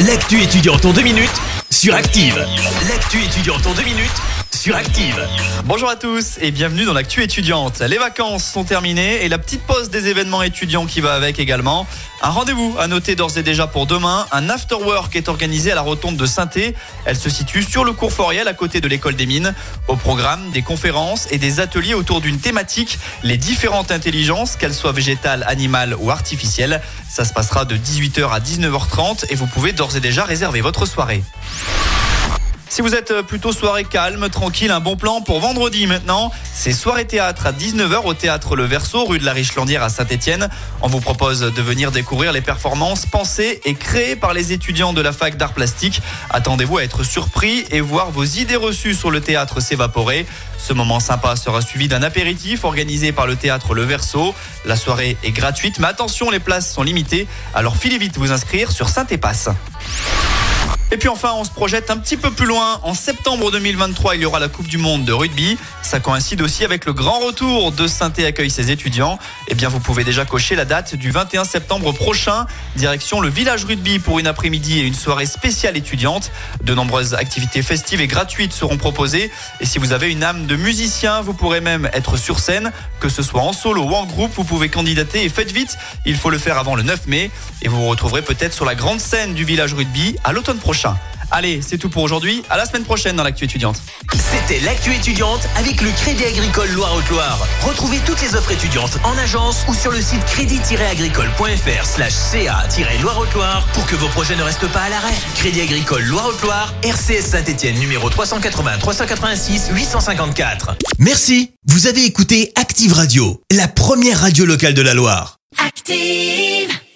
L'actu étudiante en 2 minutes sur Active. L'actu étudiante en 2 minutes sur Active. Bonjour à tous et bienvenue dans l'actu étudiante. Les vacances sont terminées et la petite pause des événements étudiants qui va avec également. Un rendez-vous à noter d'ores et déjà pour demain. Un after-work est organisé à la rotonde de Saint-Thé. Elle se situe sur le cours Foriel à côté de l'école des mines. Au programme, des conférences et des ateliers autour d'une thématique, les différentes intelligences, qu'elles soient végétales, animales ou artificielles. Ça se passera de 18h à 19h30 et vous pouvez d'ores et déjà réserver votre soirée. Si vous êtes plutôt soirée calme, tranquille, un bon plan pour vendredi maintenant. C'est soirée théâtre à 19h au théâtre Le Verseau, rue de la Richlandière à Saint-Étienne. On vous propose de venir découvrir les performances pensées et créées par les étudiants de la fac d'art plastique. Attendez-vous à être surpris et voir vos idées reçues sur le théâtre s'évaporer. Ce moment sympa sera suivi d'un apéritif organisé par le théâtre Le Verseau. La soirée est gratuite, mais attention, les places sont limitées. Alors filez vite vous inscrire sur Saint-Épasse. Et puis enfin, on se projette un petit peu plus loin. En septembre 2023, il y aura la Coupe du Monde de rugby. Ça coïncide aussi avec le grand retour de Saint-Thé accueille ses étudiants. Eh bien, vous pouvez déjà cocher la date du 21 septembre prochain. Direction le village rugby pour une après-midi et une soirée spéciale étudiante. De nombreuses activités festives et gratuites seront proposées. Et si vous avez une âme de musicien, vous pourrez même être sur scène. Que ce soit en solo ou en groupe, vous pouvez candidater et faites vite. Il faut le faire avant le 9 mai. Et vous vous retrouverez peut-être sur la grande scène du village rugby à l'automne prochain. Allez, c'est tout pour aujourd'hui. À la semaine prochaine dans l'actu étudiante. C'était l'actu étudiante avec le Crédit Agricole Loire-Haute-Loire. Retrouvez toutes les offres étudiantes en agence ou sur le site crédit-agricole.fr/ca-Loire-Haute-Loire pour que vos projets ne restent pas à l'arrêt. Crédit Agricole Loire-Haute-Loire, RCS Saint-Étienne, numéro 380 386 854. Merci. Vous avez écouté Active Radio, la première radio locale de la Loire. Active!